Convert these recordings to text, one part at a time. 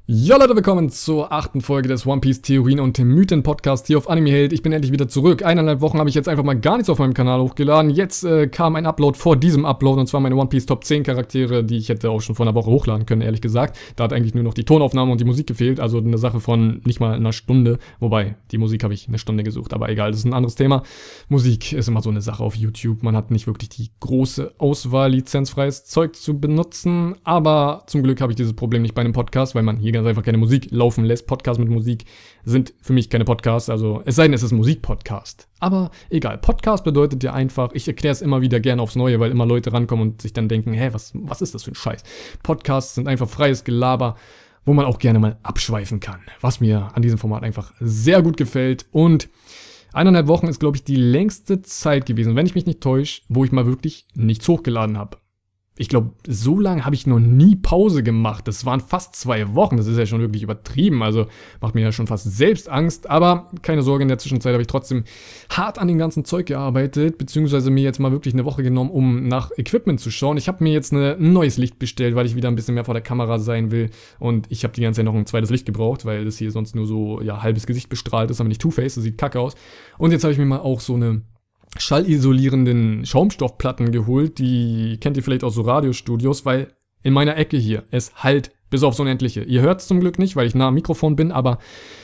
Ja Leute, willkommen zur 8. Folge des One Piece Theorien und Mythen Podcast hier auf Anime-Held. Ich bin endlich wieder zurück. 1,5 Wochen habe ich jetzt einfach mal gar nichts auf meinem Kanal hochgeladen. Jetzt kam ein Upload vor diesem Upload und zwar meine One Piece Top 10 Charaktere, die ich hätte auch schon vor einer Woche hochladen können, ehrlich gesagt. Da hat eigentlich nur noch die Tonaufnahme und die Musik gefehlt, also eine Sache von nicht mal einer Stunde. Wobei, die Musik habe ich eine Stunde gesucht, aber egal, das ist ein anderes Thema. Musik ist immer so eine Sache auf YouTube. Man hat nicht wirklich die große Auswahl, lizenzfreies Zeug zu benutzen, aber zum Glück habe ich dieses Problem nicht bei einem Podcast, weil man hier ganz einfach keine Musik laufen lässt. Podcasts mit Musik sind für mich keine Podcasts, also es sei denn, es ist ein Musikpodcast. Aber egal, Podcast bedeutet ja einfach, ich erkläre es immer wieder gerne aufs Neue, weil immer Leute rankommen und sich dann denken, hä, was ist das für ein Scheiß? Podcasts sind einfach freies Gelaber, wo man auch gerne mal abschweifen kann, was mir an diesem Format einfach sehr gut gefällt. Und 1,5 Wochen ist, glaube ich, die längste Zeit gewesen, wenn ich mich nicht täusche, wo ich mal wirklich nichts hochgeladen habe. Ich glaube, so lange habe ich noch nie Pause gemacht. Das waren fast 2 Wochen. Das ist ja schon wirklich übertrieben. Also macht mir ja schon fast selbst Angst. Aber keine Sorge, in der Zwischenzeit habe ich trotzdem hart an dem ganzen Zeug gearbeitet. Beziehungsweise mir jetzt mal wirklich eine Woche genommen, um nach Equipment zu schauen. Ich habe mir jetzt ein neues Licht bestellt, weil ich wieder ein bisschen mehr vor der Kamera sein will. Und ich habe die ganze Zeit noch ein zweites Licht gebraucht, weil das hier sonst nur so halbes Gesicht bestrahlt ist. Aber nicht Two-Face, das sieht kacke aus. Und jetzt habe ich mir mal auch so eine schallisolierenden Schaumstoffplatten geholt, die kennt ihr vielleicht aus so Radiostudios, weil in meiner Ecke hier, es hallt bis aufs Unendliche. Ihr hört es zum Glück nicht, weil ich nah am Mikrofon bin, aber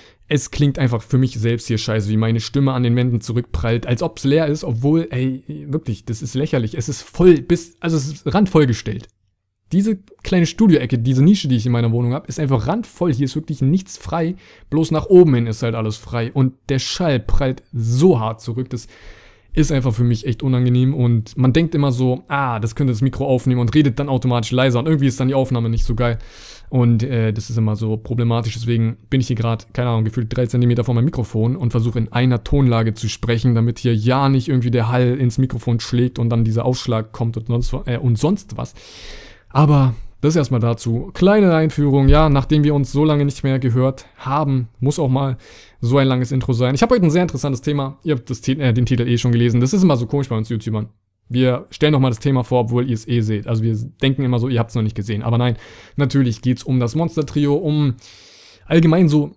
es klingt einfach für mich selbst hier scheiße, wie meine Stimme an den Wänden zurückprallt, als ob es leer ist, obwohl, wirklich, das ist lächerlich. Es ist voll es ist randvoll gestellt. Diese kleine Studioecke, diese Nische, die ich in meiner Wohnung habe, ist einfach randvoll. Hier ist wirklich nichts frei, bloß nach oben hin ist halt alles frei und der Schall prallt so hart zurück, das ist einfach für mich echt unangenehm und man denkt immer so, das könnte das Mikro aufnehmen und redet dann automatisch leiser und irgendwie ist dann die Aufnahme nicht so geil und das ist immer so problematisch, deswegen bin ich hier gerade, keine Ahnung, gefühlt 3 Zentimeter vor meinem Mikrofon und versuche in einer Tonlage zu sprechen, damit hier ja nicht irgendwie der Hall ins Mikrofon schlägt und dann dieser Ausschlag kommt und sonst was. Aber das erstmal dazu. Kleine Einführung, ja, nachdem wir uns so lange nicht mehr gehört haben, muss auch mal so ein langes Intro sein. Ich habe heute ein sehr interessantes Thema. Ihr habt den Titel schon gelesen. Das ist immer so komisch bei uns YouTubern. Wir stellen nochmal das Thema vor, obwohl ihr es seht. Also wir denken immer so, ihr habt es noch nicht gesehen. Aber nein, natürlich geht es um das Monster-Trio, um allgemein so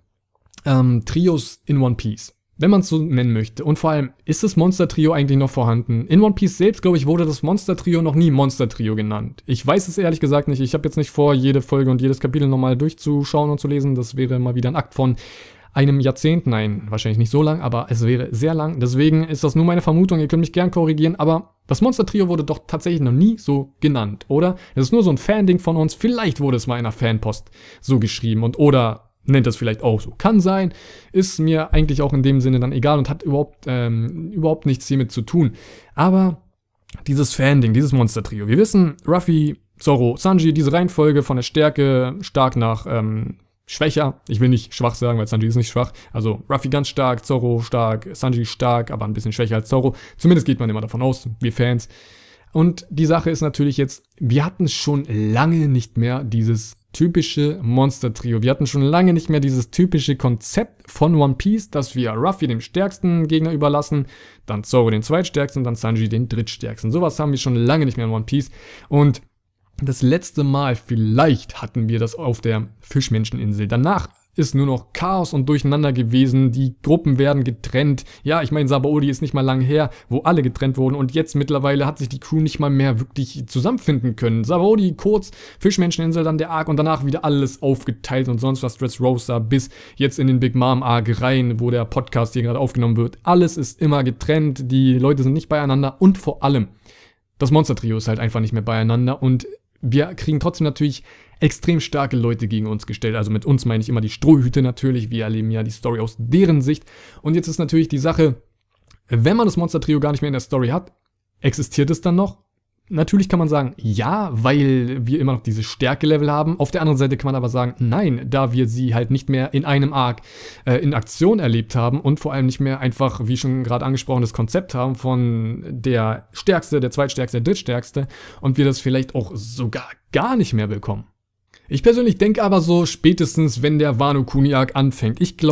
Trios in One Piece. Wenn man es so nennen möchte. Und vor allem, ist das Monster-Trio eigentlich noch vorhanden? In One Piece selbst, glaube ich, wurde das Monster-Trio noch nie Monster-Trio genannt. Ich weiß es ehrlich gesagt nicht. Ich habe jetzt nicht vor, jede Folge und jedes Kapitel nochmal durchzuschauen und zu lesen. Das wäre mal wieder ein Akt von einem Jahrzehnt. Nein, wahrscheinlich nicht so lang, aber es wäre sehr lang. Deswegen ist das nur meine Vermutung. Ihr könnt mich gern korrigieren, aber das Monster-Trio wurde doch tatsächlich noch nie so genannt, oder? Es ist nur so ein Fan-Ding von uns. Vielleicht wurde es mal in einer Fanpost so geschrieben oder nennt das vielleicht auch so. Kann sein, ist mir eigentlich auch in dem Sinne dann egal und hat überhaupt nichts hiermit zu tun. Aber dieses Fan-Ding, dieses Monster-Trio, wir wissen, Ruffy, Zoro, Sanji, diese Reihenfolge von der Stärke stark nach schwächer. Ich will nicht schwach sagen, weil Sanji ist nicht schwach. Also Ruffy ganz stark, Zoro stark, Sanji stark, aber ein bisschen schwächer als Zoro. Zumindest geht man immer davon aus, wir Fans. Und die Sache ist natürlich jetzt, wir hatten schon lange nicht mehr dieses typische Monster-Trio. Wir hatten schon lange nicht mehr dieses typische Konzept von One Piece, dass wir Ruffy dem stärksten Gegner überlassen, dann Zoro den zweitstärksten, dann Sanji den drittstärksten. Sowas haben wir schon lange nicht mehr in One Piece. Und das letzte Mal vielleicht hatten wir das auf der Fischmenscheninsel. Danach ist nur noch Chaos und Durcheinander gewesen, die Gruppen werden getrennt. Ja, ich meine, Sabaody ist nicht mal lang her, wo alle getrennt wurden und jetzt mittlerweile hat sich die Crew nicht mal mehr wirklich zusammenfinden können. Sabaody kurz, Fischmenscheninsel, dann der Arc und danach wieder alles aufgeteilt und sonst was, Dressrosa bis jetzt in den Big Mom Arc rein, wo der Podcast hier gerade aufgenommen wird. Alles ist immer getrennt, die Leute sind nicht beieinander und vor allem, das Monster-Trio ist halt einfach nicht mehr beieinander und wir kriegen trotzdem natürlich extrem starke Leute gegen uns gestellt. Also mit uns meine ich immer die Strohhüte natürlich. Wir erleben ja die Story aus deren Sicht. Und jetzt ist natürlich die Sache, wenn man das Monster-Trio gar nicht mehr in der Story hat, existiert es dann noch? Natürlich kann man sagen, ja, weil wir immer noch diese Stärke-Level haben. Auf der anderen Seite kann man aber sagen, nein, da wir sie halt nicht mehr in einem Arc in Aktion erlebt haben und vor allem nicht mehr einfach, wie schon gerade angesprochen, das Konzept haben von der Stärkste, der Zweitstärkste, der Drittstärkste und wir das vielleicht auch sogar gar nicht mehr bekommen. Ich persönlich denke aber so, spätestens wenn der Wano Kuni Arc anfängt, ich glaube,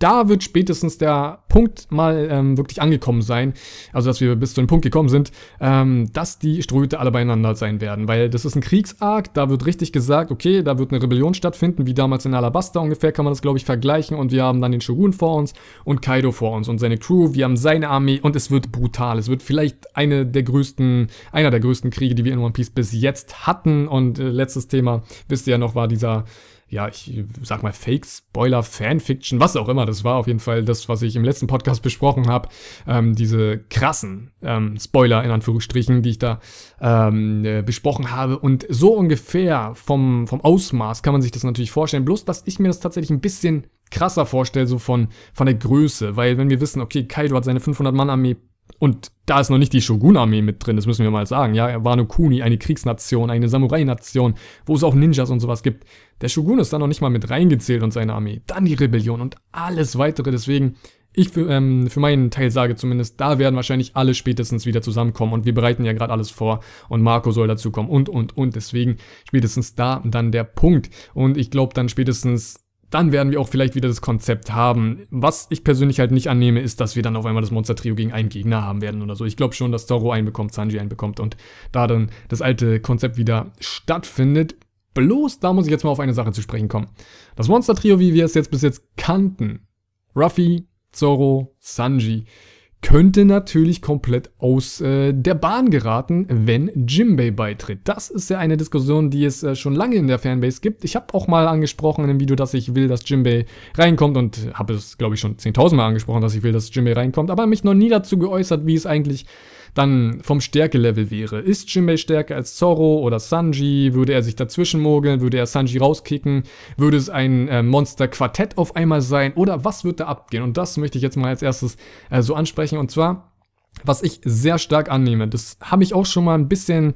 da wird spätestens der Punkt mal wirklich angekommen sein, also dass wir bis zu dem Punkt gekommen sind, dass die Strohhüte alle beieinander sein werden, weil das ist ein Kriegsarc, da wird richtig gesagt, okay, da wird eine Rebellion stattfinden, wie damals in Alabasta ungefähr, kann man das glaube ich vergleichen, und wir haben dann den Shogun vor uns und Kaido vor uns und seine Crew, wir haben seine Armee und es wird brutal, es wird vielleicht einer der größten Kriege, die wir in One Piece bis jetzt hatten, und letztes Thema, wisst ihr ja noch, war dieser, ja, ich sag mal Fake-Spoiler, Fanfiction, was auch immer, das war auf jeden Fall das, was ich im letzten Podcast besprochen habe, diese krassen Spoiler in Anführungsstrichen, die ich da besprochen habe, und so ungefähr vom Ausmaß kann man sich das natürlich vorstellen, bloß, dass ich mir das tatsächlich ein bisschen krasser vorstelle, so von der Größe, weil wenn wir wissen, okay, Kaido hat seine 500-Mann-Armee, und da ist noch nicht die Shogun-Armee mit drin, das müssen wir mal sagen, ja, Wano Kuni, eine Kriegsnation, eine Samurai-Nation, wo es auch Ninjas und sowas gibt. Der Shogun ist da noch nicht mal mit reingezählt und seine Armee. Dann die Rebellion und alles weitere, deswegen, ich für meinen Teil sage zumindest, da werden wahrscheinlich alle spätestens wieder zusammenkommen, und wir bereiten ja gerade alles vor und Marco soll dazukommen und, deswegen spätestens da dann der Punkt, und ich glaube dann spätestens dann werden wir auch vielleicht wieder das Konzept haben. Was ich persönlich halt nicht annehme, ist, dass wir dann auf einmal das Monster-Trio gegen einen Gegner haben werden oder so. Ich glaube schon, dass Zoro einen bekommt, Sanji einen bekommt und da dann das alte Konzept wieder stattfindet. Bloß, da muss ich jetzt mal auf eine Sache zu sprechen kommen. Das Monster-Trio, wie wir es jetzt bis jetzt kannten, Ruffy, Zoro, Sanji, könnte natürlich komplett aus der Bahn geraten, wenn Jinbei beitritt. Das ist ja eine Diskussion, die es schon lange in der Fanbase gibt. Ich habe auch mal angesprochen in einem Video, dass ich will, dass Jinbei reinkommt, und habe es, glaube ich, schon 10.000 Mal angesprochen, dass ich will, dass Jinbei reinkommt, aber mich noch nie dazu geäußert, wie es eigentlich dann vom Stärkelevel wäre. Ist Jinbei stärker als Zoro oder Sanji? Würde er sich dazwischen mogeln? Würde er Sanji rauskicken? Würde es ein Monster-Quartett auf einmal sein? Oder was wird da abgehen? Und das möchte ich jetzt mal als erstes so ansprechen. Und zwar, was ich sehr stark annehme, das habe ich auch schon mal ein bisschen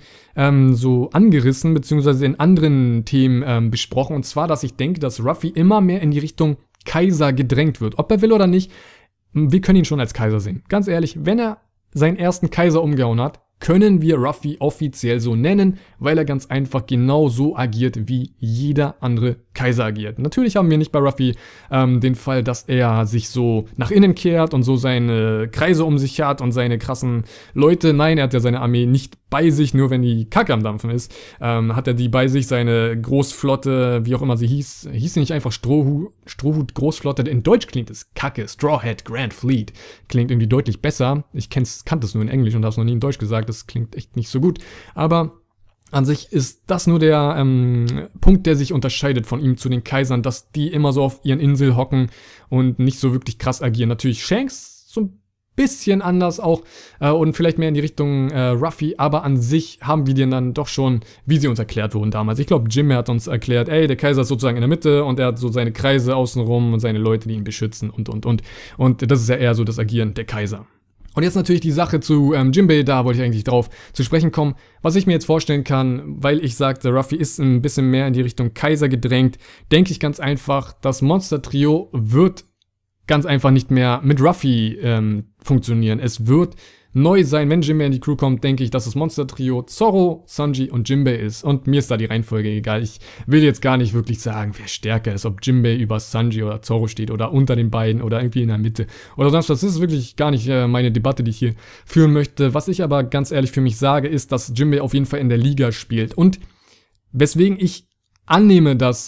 so angerissen, beziehungsweise in anderen Themen besprochen. Und zwar, dass ich denke, dass Ruffy immer mehr in die Richtung Kaiser gedrängt wird. Ob er will oder nicht, wir können ihn schon als Kaiser sehen. Ganz ehrlich, wenn er seinen ersten Kaiser umgehauen hat, können wir Ruffy offiziell so nennen, weil er ganz einfach genau so agiert, wie jeder andere Kaiser agiert. Natürlich haben wir nicht bei Ruffy den Fall, dass er sich so nach innen kehrt und so seine Kreise um sich hat und seine krassen Leute. Nein, er hat ja seine Armee nicht bei sich, nur wenn die Kacke am Dampfen ist, hat er die bei sich, seine Großflotte, wie auch immer sie hieß sie nicht einfach Strohhut Großflotte, in Deutsch klingt es kacke, Strawhead Grand Fleet, klingt irgendwie deutlich besser, ich kannte es nur in Englisch und habe es noch nie in Deutsch gesagt, das klingt echt nicht so gut, aber an sich ist das nur der Punkt, der sich unterscheidet von ihm zu den Kaisern, dass die immer so auf ihren Inseln hocken und nicht so wirklich krass agieren. Natürlich Shanks so ein bisschen anders auch und vielleicht mehr in die Richtung Ruffy, aber an sich haben wir den dann doch schon, wie sie uns erklärt wurden damals. Ich glaube, Jim hat uns erklärt, ey, der Kaiser ist sozusagen in der Mitte und er hat so seine Kreise außenrum und seine Leute, die ihn beschützen und. Und das ist ja eher so das Agieren der Kaiser. Und jetzt natürlich die Sache zu Jinbei, da wollte ich eigentlich drauf zu sprechen kommen. Was ich mir jetzt vorstellen kann, weil ich sagte, Ruffy ist ein bisschen mehr in die Richtung Kaiser gedrängt, denke ich ganz einfach, das Monster-Trio wird ganz einfach nicht mehr mit Ruffy funktionieren. Es wird neu sein, wenn Jinbei in die Crew kommt, denke ich, dass das Monster-Trio Zoro, Sanji und Jinbei ist. Und mir ist da die Reihenfolge egal. Ich will jetzt gar nicht wirklich sagen, wer stärker ist, ob Jinbei über Sanji oder Zoro steht oder unter den beiden oder irgendwie in der Mitte oder sonst was. Das ist wirklich gar nicht meine Debatte, die ich hier führen möchte. Was ich aber ganz ehrlich für mich sage, ist, dass Jinbei auf jeden Fall in der Liga spielt. Und weswegen ich annehme, dass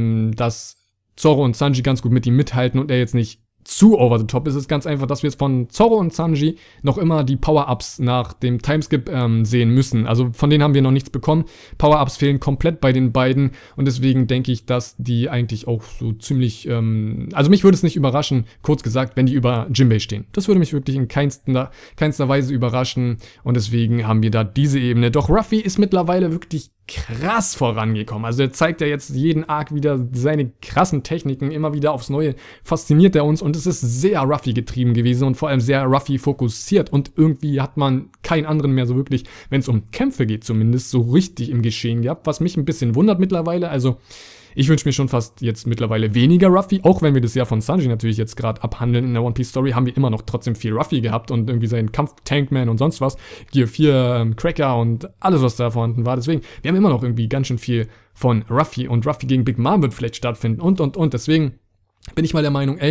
Zoro und Sanji ganz gut mit ihm mithalten und er jetzt nicht zu over the top ist, es ganz einfach, dass wir jetzt von Zoro und Sanji noch immer die Power-Ups nach dem Timeskip sehen müssen. Also von denen haben wir noch nichts bekommen. Power-Ups fehlen komplett bei den beiden und deswegen denke ich, dass die eigentlich auch so ziemlich, also mich würde es nicht überraschen, kurz gesagt, wenn die über Jinbei stehen. Das würde mich wirklich in keinster Weise überraschen und deswegen haben wir da diese Ebene. Doch Ruffy ist mittlerweile wirklich krass vorangekommen. Also er zeigt ja jetzt jeden Arc wieder seine krassen Techniken, immer wieder aufs Neue fasziniert er uns und es ist sehr Ruffy getrieben gewesen und vor allem sehr Ruffy fokussiert und irgendwie hat man keinen anderen mehr so wirklich, wenn es um Kämpfe geht zumindest, so richtig im Geschehen gehabt, was mich ein bisschen wundert mittlerweile. Also ich wünsche mir schon fast jetzt mittlerweile weniger Ruffy, auch wenn wir das ja von Sanji natürlich jetzt gerade abhandeln in der One Piece Story, haben wir immer noch trotzdem viel Ruffy gehabt und irgendwie seinen Kampf Tankman und sonst was, Gear 4, Cracker und alles, was da vorhanden war. Deswegen, wir haben immer noch irgendwie ganz schön viel von Ruffy und Ruffy gegen Big Mom wird vielleicht stattfinden und. Deswegen bin ich mal der Meinung, ey,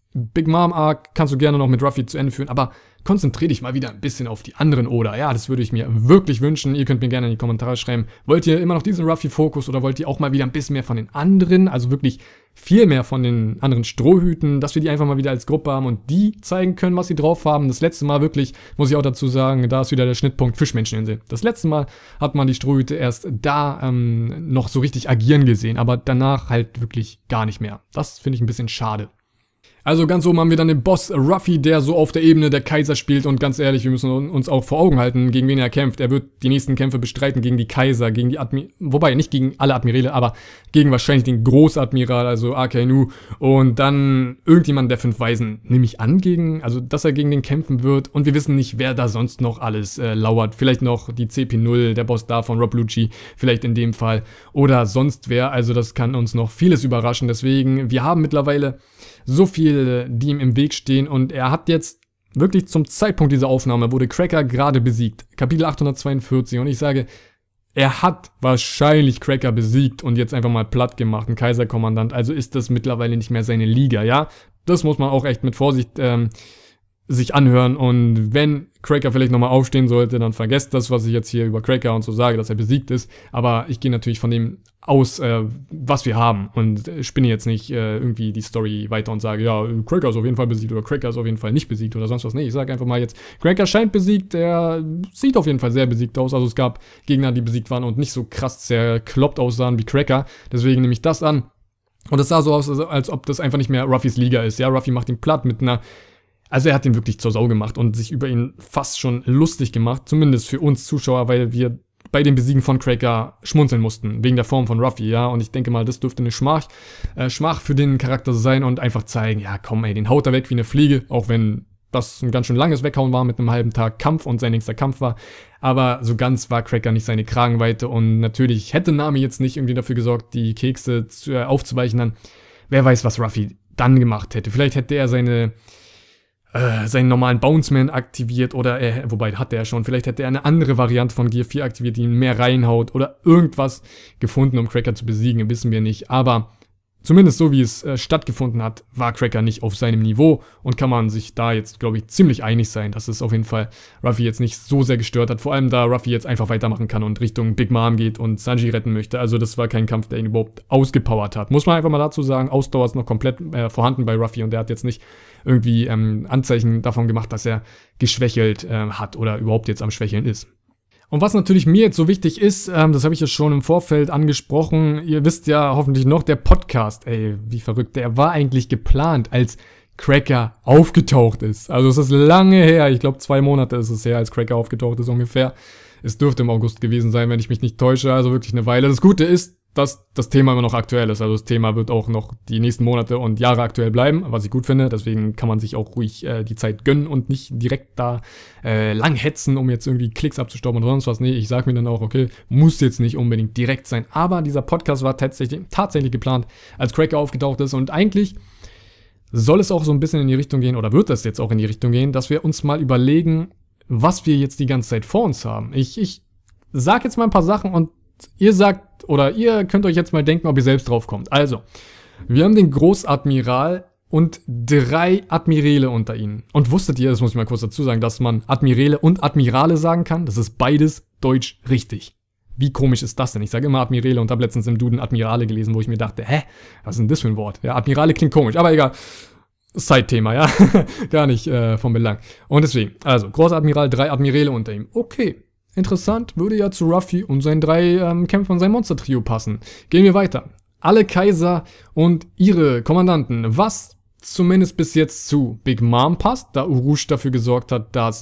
Big Mom Arc kannst du gerne noch mit Ruffy zu Ende führen, aber konzentriere dich mal wieder ein bisschen auf die anderen Oda. Ja, das würde ich mir wirklich wünschen. Ihr könnt mir gerne in die Kommentare schreiben, wollt ihr immer noch diesen Ruffy-Fokus oder wollt ihr auch mal wieder ein bisschen mehr von den anderen, also wirklich viel mehr von den anderen Strohhüten, dass wir die einfach mal wieder als Gruppe haben und die zeigen können, was sie drauf haben. Das letzte Mal wirklich, muss ich auch dazu sagen, da ist wieder der Schnittpunkt Fischmenscheninsel. Das letzte Mal hat man die Strohhüte erst da noch so richtig agieren gesehen, aber danach halt wirklich gar nicht mehr. Das finde ich ein bisschen schade. Also ganz oben haben wir dann den Boss Ruffy, der so auf der Ebene der Kaiser spielt und ganz ehrlich, wir müssen uns auch vor Augen halten, gegen wen er kämpft. Er wird die nächsten Kämpfe bestreiten gegen die Kaiser, gegen die wobei nicht gegen alle Admirale, aber gegen wahrscheinlich den Großadmiral, also Akainu und dann irgendjemand der 5 Weisen, nehme ich an, dass er gegen den kämpfen wird und wir wissen nicht, wer da sonst noch alles lauert. Vielleicht noch die CP0, der Boss da von Rob Lucci, vielleicht in dem Fall oder sonst wer, also das kann uns noch vieles überraschen, deswegen, wir haben mittlerweile so viel, die ihm im Weg stehen und er hat jetzt wirklich zum Zeitpunkt dieser Aufnahme wurde Cracker gerade besiegt. Kapitel 842 und ich sage, er hat wahrscheinlich Cracker besiegt und jetzt einfach mal platt gemacht, ein Kaiserkommandant, also ist das mittlerweile nicht mehr seine Liga, ja? Das muss man auch echt mit Vorsicht sich anhören und wenn Cracker vielleicht nochmal aufstehen sollte, dann vergesst das, was ich jetzt hier über Cracker und so sage, dass er besiegt ist, aber ich gehe natürlich von dem aus, was wir haben und spinne jetzt nicht irgendwie die Story weiter und sage, ja, Cracker ist auf jeden Fall besiegt oder Cracker ist auf jeden Fall nicht besiegt oder sonst was. Nee, ich sage einfach mal jetzt, Cracker scheint besiegt, er sieht auf jeden Fall sehr besiegt aus, also es gab Gegner, die besiegt waren und nicht so krass zerkloppt aussahen wie Cracker, deswegen nehme ich das an und es sah so aus, als ob das einfach nicht mehr Ruffys Liga ist, ja, Ruffy macht ihn platt mit einer. Also er hat ihn wirklich zur Sau gemacht und sich über ihn fast schon lustig gemacht, zumindest für uns Zuschauer, weil wir bei dem Besiegen von Cracker schmunzeln mussten, wegen der Form von Ruffy, ja, und ich denke mal, das dürfte eine Schmach für den Charakter sein und einfach zeigen, ja komm ey, den haut er weg wie eine Fliege, auch wenn das ein ganz schön langes Weghauen war mit einem halben Tag Kampf und sein nächster Kampf war, aber so ganz war Cracker nicht seine Kragenweite und natürlich hätte Nami jetzt nicht irgendwie dafür gesorgt, die Kekse aufzuweichen, dann wer weiß, was Ruffy dann gemacht hätte, vielleicht hätte er seinen normalen Bounceman aktiviert oder wobei hatte er schon, vielleicht hätte er eine andere Variante von Gear 4 aktiviert, die ihn mehr reinhaut oder irgendwas gefunden, um Cracker zu besiegen, wissen wir nicht, aber zumindest so wie es stattgefunden hat, war Cracker nicht auf seinem Niveau und kann man sich da jetzt, glaube ich, ziemlich einig sein, dass es auf jeden Fall Ruffy jetzt nicht so sehr gestört hat, vor allem da Ruffy jetzt einfach weitermachen kann und Richtung Big Mom geht und Sanji retten möchte, also das war kein Kampf, der ihn überhaupt ausgepowert hat, muss man einfach mal dazu sagen, Ausdauer ist noch komplett vorhanden bei Ruffy und der hat jetzt nicht irgendwie Anzeichen davon gemacht, dass er geschwächelt hat oder überhaupt jetzt am Schwächeln ist. Und was natürlich mir jetzt so wichtig ist, das habe ich ja schon im Vorfeld angesprochen, ihr wisst ja hoffentlich noch, der Podcast, ey, wie verrückt, der war eigentlich geplant, als Cracker aufgetaucht ist. Also es ist lange her, ich glaube 2 Monate ist es her, als Cracker aufgetaucht ist ungefähr. Es dürfte im August gewesen sein, wenn ich mich nicht täusche, also wirklich eine Weile. Das Gute ist, dass das Thema immer noch aktuell ist. Also das Thema wird auch noch die nächsten Monate und Jahre aktuell bleiben, was ich gut finde. Deswegen kann man sich auch ruhig die Zeit gönnen und nicht direkt da lang hetzen, um jetzt irgendwie Klicks abzustauben oder sonst was. Nee, ich sag mir dann auch, okay, muss jetzt nicht unbedingt direkt sein. Aber dieser Podcast war tatsächlich geplant, als Cracker aufgetaucht ist. Und eigentlich soll es auch so ein bisschen in die Richtung gehen, oder wird das jetzt auch in die Richtung gehen, dass wir uns mal überlegen, was wir jetzt die ganze Zeit vor uns haben. Ich sag jetzt mal ein paar Sachen und ihr sagt, oder ihr könnt euch jetzt mal denken, ob ihr selbst drauf kommt. Also, wir haben den Großadmiral und 3 Admirale unter ihnen. Und wusstet ihr, das muss ich mal kurz dazu sagen, dass man Admirale und Admirale sagen kann? Das ist beides deutsch richtig. Wie komisch ist das denn? Ich sage immer Admirale und habe letztens im Duden Admirale gelesen, wo ich mir dachte, was ist denn das für ein Wort? Ja, Admirale klingt komisch, aber egal. Side-Thema, ja? Gar nicht vom Belang. Und deswegen, also, Großadmiral, 3 Admirale unter ihm. Okay. Interessant, würde ja zu Ruffy und seinen 3 Kämpfern, sein Monster-Trio passen. Gehen wir weiter. Alle Kaiser und ihre Kommandanten, was zumindest bis jetzt zu Big Mom passt, da Urush dafür gesorgt hat, dass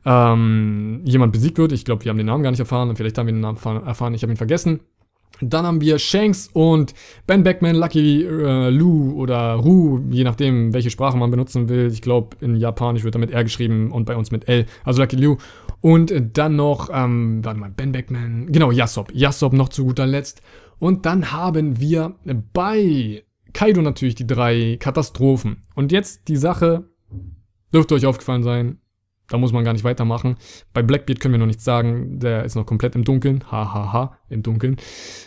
jemand besiegt wird. Ich glaube, wir haben den Namen gar nicht erfahren, vielleicht haben wir den Namen erfahren, ich habe ihn vergessen. Dann haben wir Shanks und Ben Beckman, Lucky Lu oder Ru, je nachdem, welche Sprache man benutzen will. Ich glaube, in Japanisch wird damit R geschrieben und bei uns mit L, also Lucky Lu. Und dann noch, warte mal, Ben Beckman, genau, Yasop noch zu guter Letzt. Und dann haben wir bei Kaido natürlich die 3 Katastrophen. Und jetzt die Sache, dürfte euch aufgefallen sein, da muss man gar nicht weitermachen. Bei Blackbeard können wir noch nichts sagen, der ist noch komplett im Dunkeln, im Dunkeln.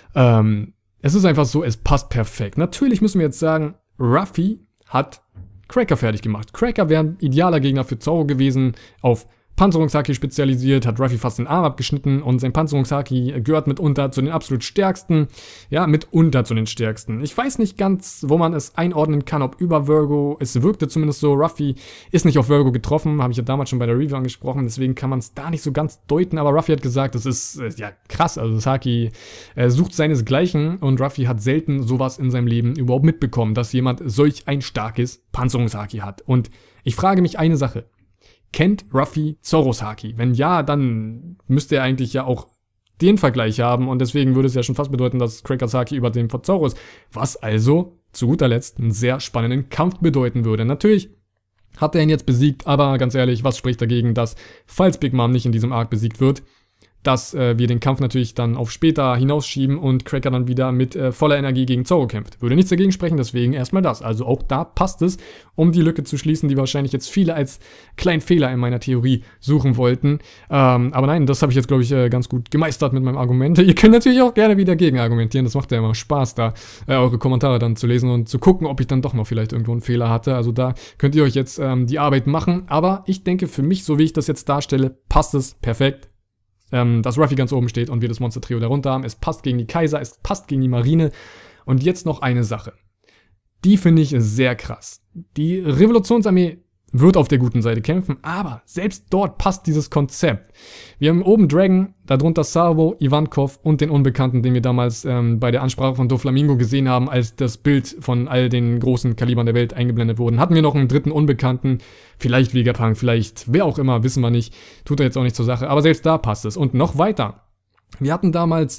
Es ist einfach so, es passt perfekt. Natürlich müssen wir jetzt sagen, Ruffy hat Cracker fertig gemacht. Cracker wäre ein idealer Gegner für Zoro gewesen, auf Panzerungshaki spezialisiert, hat Ruffy fast den Arm abgeschnitten und sein Panzerungshaki gehört mitunter zu den absolut stärksten. Ja, mitunter zu den stärksten. Ich weiß nicht ganz, wo man es einordnen kann, ob über Virgo. Es wirkte zumindest so, Ruffy ist nicht auf Virgo getroffen, habe ich ja damals schon bei der Review angesprochen, deswegen kann man es da nicht so ganz deuten, aber Ruffy hat gesagt, das ist ja krass, also das Haki sucht seinesgleichen und Ruffy hat selten sowas in seinem Leben überhaupt mitbekommen, dass jemand solch ein starkes Panzerungshaki hat. Und ich frage mich eine Sache. Kennt Ruffy Zoros Haki? Wenn ja, dann müsste er eigentlich ja auch den Vergleich haben und deswegen würde es ja schon fast bedeuten, dass Crackers Haki über dem von Zoro ist. Was also zu guter Letzt einen sehr spannenden Kampf bedeuten würde. Natürlich hat er ihn jetzt besiegt, aber ganz ehrlich, was spricht dagegen, dass, falls Big Mom nicht in diesem Arc besiegt wird, dass wir den Kampf natürlich dann auf später hinausschieben und Cracker dann wieder mit voller Energie gegen Zoro kämpft. Würde nichts dagegen sprechen, deswegen erstmal das. Also auch da passt es, um die Lücke zu schließen, die wahrscheinlich jetzt viele als kleinen Fehler in meiner Theorie suchen wollten. Aber nein, das habe ich jetzt, glaube ich, ganz gut gemeistert mit meinem Argument. Ihr könnt natürlich auch gerne wieder gegen argumentieren. Das macht ja immer Spaß, da eure Kommentare dann zu lesen und zu gucken, ob ich dann doch noch vielleicht irgendwo einen Fehler hatte. Also da könnt ihr euch jetzt die Arbeit machen. Aber ich denke, für mich, so wie ich das jetzt darstelle, passt es perfekt. Dass Ruffy ganz oben steht und wir das Monster-Trio darunter haben. Es passt gegen die Kaiser, es passt gegen die Marine. Und jetzt noch eine Sache. Die finde ich sehr krass. Die Revolutionsarmee wird auf der guten Seite kämpfen, aber selbst dort passt dieses Konzept. Wir haben oben Dragon, darunter Sabo, Ivankov und den Unbekannten, den wir damals bei der Ansprache von Doflamingo gesehen haben, als das Bild von all den großen Kalibern der Welt eingeblendet wurden. Hatten wir noch einen dritten Unbekannten, vielleicht Vegapunk, vielleicht wer auch immer, wissen wir nicht, tut er jetzt auch nicht zur Sache, aber selbst da passt es. Und noch weiter. Wir hatten damals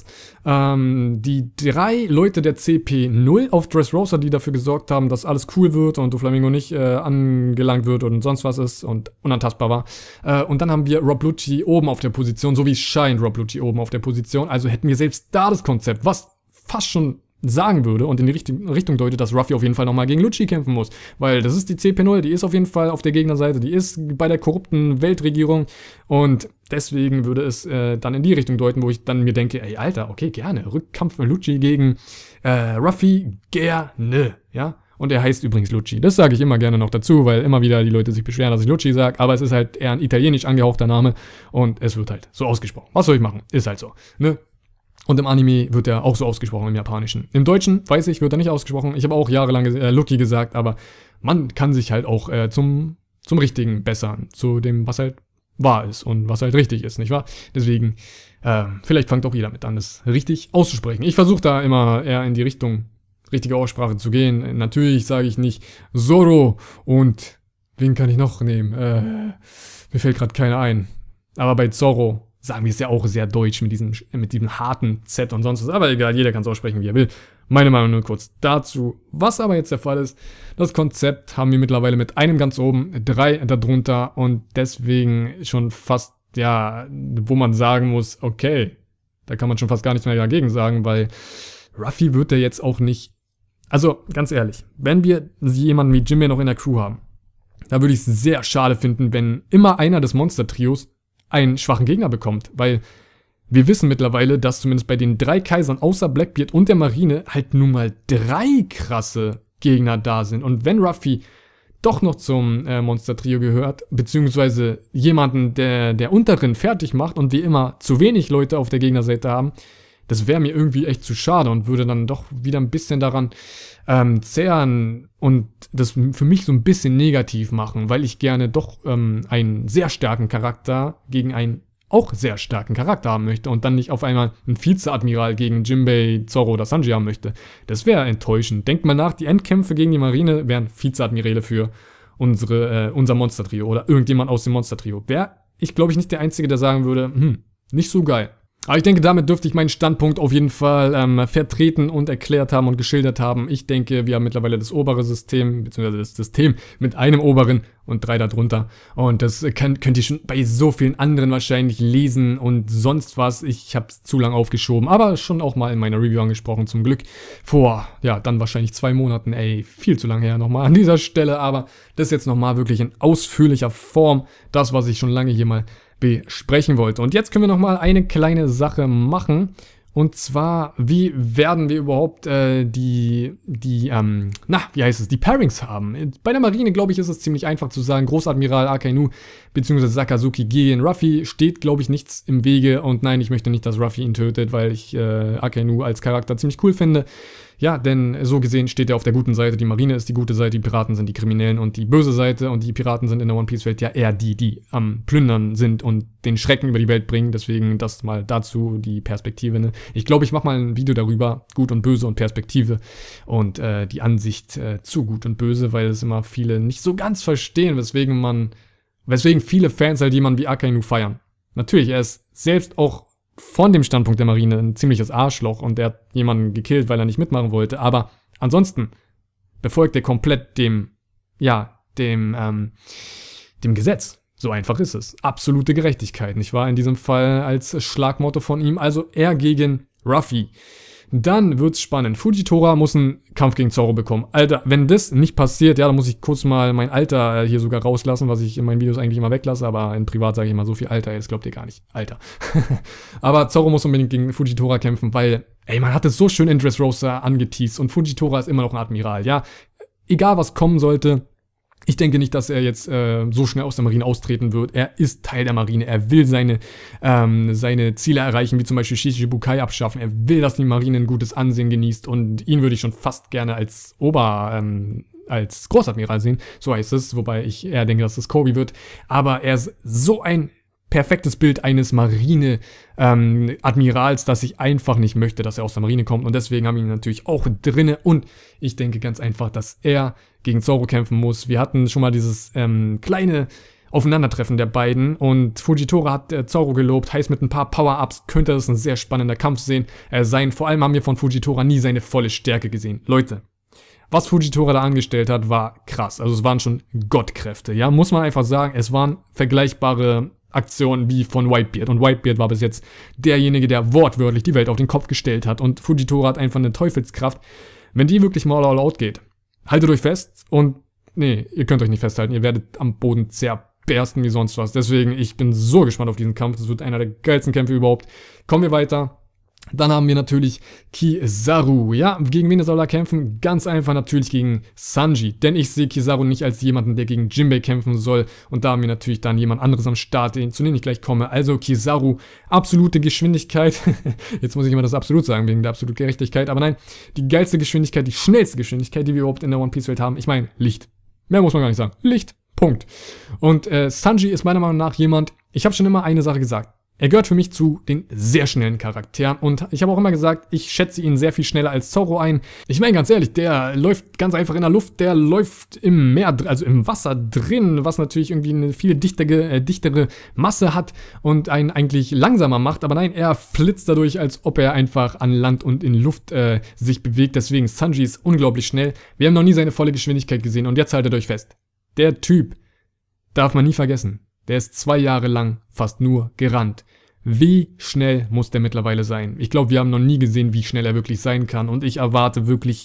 die 3 Leute der CP0 auf Dressrosa, die dafür gesorgt haben, dass alles cool wird und Doflamingo nicht angelangt wird und sonst was ist und unantastbar war. Und dann haben wir Rob Lucci oben auf der Position, so wie es scheint, Rob Lucci oben auf der Position. Also hätten wir selbst da das Konzept, was fast schon sagen würde und in die Richtung deutet, dass Ruffy auf jeden Fall nochmal gegen Lucci kämpfen muss. Weil das ist die CP0, die ist auf jeden Fall auf der Gegnerseite, die ist bei der korrupten Weltregierung und deswegen würde es dann in die Richtung deuten, wo ich dann mir denke, ey Alter, okay, gerne, Rückkampf mit Lucci gegen Ruffy, gerne, ja. Und er heißt übrigens Lucci. Das sage ich immer gerne noch dazu, weil immer wieder die Leute sich beschweren, dass ich Lucci sage, aber es ist halt eher ein italienisch angehauchter Name und es wird halt so ausgesprochen. Was soll ich machen? Ist halt so, ne? Und im Anime wird er auch so ausgesprochen, im Japanischen. Im Deutschen, weiß ich, wird er nicht ausgesprochen. Ich habe auch jahrelang Lucky gesagt, aber man kann sich halt auch zum Richtigen bessern. Zu dem, was halt wahr ist und was halt richtig ist, nicht wahr? Deswegen, vielleicht fängt auch jeder mit an, das richtig auszusprechen. Ich versuche da immer eher in die Richtung richtige Aussprache zu gehen. Natürlich sage ich nicht Zoro und wen kann ich noch nehmen? Mir fällt gerade keiner ein. Aber bei Zoro sagen wir es ja auch sehr deutsch mit diesem harten Z und sonst was. Aber egal, jeder kann es aussprechen, wie er will. Meine Meinung nur kurz dazu. Was aber jetzt der Fall ist, das Konzept haben wir mittlerweile mit einem ganz oben, 3 darunter und deswegen schon fast, ja, wo man sagen muss, okay, da kann man schon fast gar nichts mehr dagegen sagen, weil Ruffy wird der jetzt auch nicht, also ganz ehrlich, wenn wir jemanden wie Jinbei noch in der Crew haben, da würde ich es sehr schade finden, wenn immer einer des Monster-Trios einen schwachen Gegner bekommt, weil wir wissen mittlerweile, dass zumindest bei den 3 Kaisern außer Blackbeard und der Marine halt nun mal 3 krasse Gegner da sind. Und wenn Ruffy doch noch zum Monster-Trio gehört, beziehungsweise jemanden, der unteren fertig macht und wie immer zu wenig Leute auf der Gegnerseite haben, das wäre mir irgendwie echt zu schade und würde dann doch wieder ein bisschen daran zehren und das für mich so ein bisschen negativ machen, weil ich gerne doch einen sehr starken Charakter gegen einen auch sehr starken Charakter haben möchte und dann nicht auf einmal einen Vizeadmiral gegen Jinbei, Zoro oder Sanji haben möchte. Das wäre enttäuschend. Denkt mal nach, die Endkämpfe gegen die Marine wären Vizeadmirale für unser Monster-Trio oder irgendjemand aus dem Monster-Trio. Wäre ich, glaube ich, nicht der Einzige, der sagen würde, nicht so geil. Aber ich denke, damit dürfte ich meinen Standpunkt auf jeden Fall vertreten und erklärt haben und geschildert haben. Ich denke, wir haben mittlerweile das obere System, beziehungsweise das System mit einem oberen und 3 darunter. Und das könnt ihr schon bei so vielen anderen wahrscheinlich lesen und sonst was. Ich habe es zu lang aufgeschoben, aber schon auch mal in meiner Review angesprochen, zum Glück. Vor, ja, dann wahrscheinlich 2 Monaten, ey, viel zu lang her nochmal an dieser Stelle. Aber das jetzt nochmal wirklich in ausführlicher Form, das, was ich schon lange hier mal besprechen wollte. Und jetzt können wir nochmal eine kleine Sache machen. Und zwar, wie werden wir überhaupt die Pairings haben? Bei der Marine, glaube ich, ist es ziemlich einfach zu sagen, Großadmiral Akainu bzw. Sakazuki gegen Ruffy steht, glaube ich, nichts im Wege. Und nein, ich möchte nicht, dass Ruffy ihn tötet, weil ich Akainu als Charakter ziemlich cool finde. Ja, denn so gesehen steht er auf der guten Seite. Die Marine ist die gute Seite, die Piraten sind die Kriminellen und die böse Seite. Und die Piraten sind in der One-Piece-Welt ja eher die am Plündern sind und den Schrecken über die Welt bringen. Deswegen das mal dazu, die Perspektive. Ne? Ich glaube, ich mache mal ein Video darüber, Gut und Böse und Perspektive und die Ansicht zu Gut und Böse, weil es immer viele nicht so ganz verstehen, weswegen viele Fans halt jemanden wie Akainu feiern. Natürlich, er ist selbst auch von dem Standpunkt der Marine ein ziemliches Arschloch und er hat jemanden gekillt, weil er nicht mitmachen wollte, aber ansonsten befolgt er komplett dem Gesetz. So einfach ist es. Absolute Gerechtigkeit, nicht wahr? In diesem Fall als Schlagmotto von ihm, also er gegen Ruffy. Dann wird's spannend. Fujitora muss einen Kampf gegen Zoro bekommen. Alter, wenn das nicht passiert, ja, dann muss ich kurz mal mein Alter hier sogar rauslassen, was ich in meinen Videos eigentlich immer weglasse, aber in Privat sage ich immer so viel Alter, das glaubt ihr gar nicht. Alter. Aber Zoro muss unbedingt gegen Fujitora kämpfen, weil, man hat es so schön in Dressrosa angeteased und Fujitora ist immer noch ein Admiral, ja. Egal was kommen sollte, ich denke nicht, dass er jetzt so schnell aus der Marine austreten wird. Er ist Teil der Marine. Er will seine Ziele erreichen, wie zum Beispiel Shichibukai abschaffen. Er will, dass die Marine ein gutes Ansehen genießt. Und ihn würde ich schon fast gerne als als Großadmiral sehen. So heißt es. Wobei ich eher denke, dass es Kobe wird. Aber er ist so ein perfektes Bild eines Marine-Admirals, dass ich einfach nicht möchte, dass er aus der Marine kommt. Und deswegen haben wir ihn natürlich auch drinne. Und ich denke ganz einfach, dass er gegen Zoro kämpfen muss. Wir hatten schon mal dieses kleine Aufeinandertreffen der beiden. Und Fujitora hat Zoro gelobt. Heißt, mit ein paar Power-Ups könnte das ein sehr spannender Kampf sein. Vor allem haben wir von Fujitora nie seine volle Stärke gesehen. Leute, was Fujitora da angestellt hat, war krass. Also es waren schon Gottkräfte. Ja, muss man einfach sagen. Es waren vergleichbare Aktionen wie von Whitebeard. Und Whitebeard war bis jetzt derjenige, der wortwörtlich die Welt auf den Kopf gestellt hat. Und Fujitora hat einfach eine Teufelskraft. Wenn die wirklich mal all out geht, haltet euch fest und ihr könnt euch nicht festhalten. Ihr werdet am Boden zerbersten wie sonst was. Deswegen, ich bin so gespannt auf diesen Kampf. Das wird einer der geilsten Kämpfe überhaupt. Kommen wir weiter. Dann haben wir natürlich Kizaru. Ja, gegen wen soll er kämpfen? Ganz einfach natürlich gegen Sanji. Denn ich sehe Kizaru nicht als jemanden, der gegen Jinbei kämpfen soll. Und da haben wir natürlich dann jemand anderes am Start, zu dem ich gleich komme. Also Kizaru, absolute Geschwindigkeit. Jetzt muss ich immer das absolut sagen, wegen der absoluten Gerechtigkeit. Aber nein, die geilste Geschwindigkeit, die schnellste Geschwindigkeit, die wir überhaupt in der One-Piece-Welt haben. Ich meine, Licht. Mehr muss man gar nicht sagen. Licht. Punkt. Und Sanji ist meiner Meinung nach jemand, ich habe schon immer eine Sache gesagt. Er gehört für mich zu den sehr schnellen Charakteren und ich habe auch immer gesagt, ich schätze ihn sehr viel schneller als Zoro ein. Ich meine ganz ehrlich, der läuft ganz einfach in der Luft, der läuft im Meer, also im Wasser drin, was natürlich irgendwie eine viel dichtere Masse hat und einen eigentlich langsamer macht. Aber nein, er flitzt dadurch, als ob er einfach an Land und in Luft sich bewegt. Deswegen, Sanji ist unglaublich schnell. Wir haben noch nie seine volle Geschwindigkeit gesehen und jetzt haltet euch fest. Der Typ darf man nie vergessen. Der ist 2 Jahre lang fast nur gerannt. Wie schnell muss der mittlerweile sein? Ich glaube, wir haben noch nie gesehen, wie schnell er wirklich sein kann. Und ich erwarte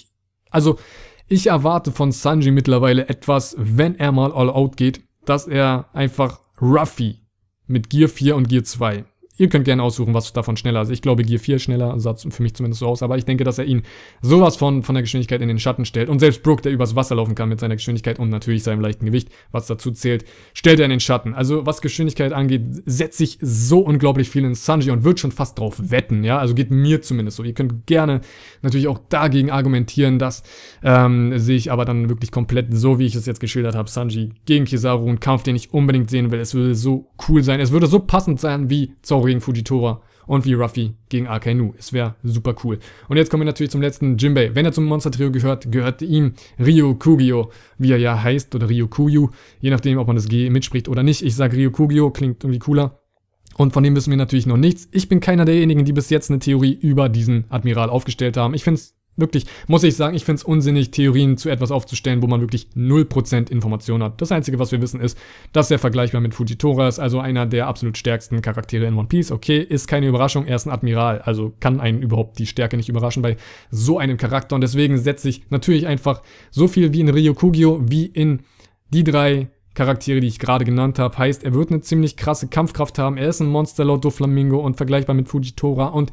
von Sanji mittlerweile etwas, wenn er mal all out geht, dass er einfach Ruffy mit Gear 4 und Gear 2. Ihr könnt gerne aussuchen, was davon schneller ist. Ich glaube, Gear 4 schneller, sah für mich zumindest so aus. Aber ich denke, dass er ihn sowas von der Geschwindigkeit in den Schatten stellt. Und selbst Brook, der übers Wasser laufen kann mit seiner Geschwindigkeit und natürlich seinem leichten Gewicht, was dazu zählt, stellt er in den Schatten. Also was Geschwindigkeit angeht, setze ich so unglaublich viel in Sanji und würde schon fast drauf wetten. Ja, also geht mir zumindest so. Ihr könnt gerne natürlich auch dagegen argumentieren. Das sehe ich aber dann wirklich komplett so, wie ich es jetzt geschildert habe. Sanji gegen Kizaru, ein Kampf, den ich unbedingt sehen will. Es würde so cool sein. Es würde so passend sein wie Zoro gegen Fujitora und wie Ruffy gegen Akainu. Es wäre super cool. Und jetzt kommen wir natürlich zum letzten Jinbei. Wenn er zum Monster-Trio gehört ihm Ryukugyo, wie er ja heißt, oder Ryukugyu, je nachdem, ob man das G mitspricht oder nicht. Ich sage Ryukugyo, klingt irgendwie cooler. Und von dem wissen wir natürlich noch nichts. Ich bin keiner derjenigen, die bis jetzt eine Theorie über diesen Admiral aufgestellt haben. Ich finde es wirklich, muss ich sagen, ich finde es unsinnig, Theorien zu etwas aufzustellen, wo man wirklich 0% Information hat. Das Einzige, was wir wissen, ist, dass er vergleichbar mit Fujitora ist, also einer der absolut stärksten Charaktere in One Piece. Okay, ist keine Überraschung, er ist ein Admiral, also kann einen überhaupt die Stärke nicht überraschen bei so einem Charakter. Und deswegen setze ich natürlich einfach so viel wie in Ryukugyo, wie in die 3 Charaktere, die ich gerade genannt habe. Heißt, er wird eine ziemlich krasse Kampfkraft haben. Er ist ein Monster laut Doflamingo und vergleichbar mit Fujitora. Und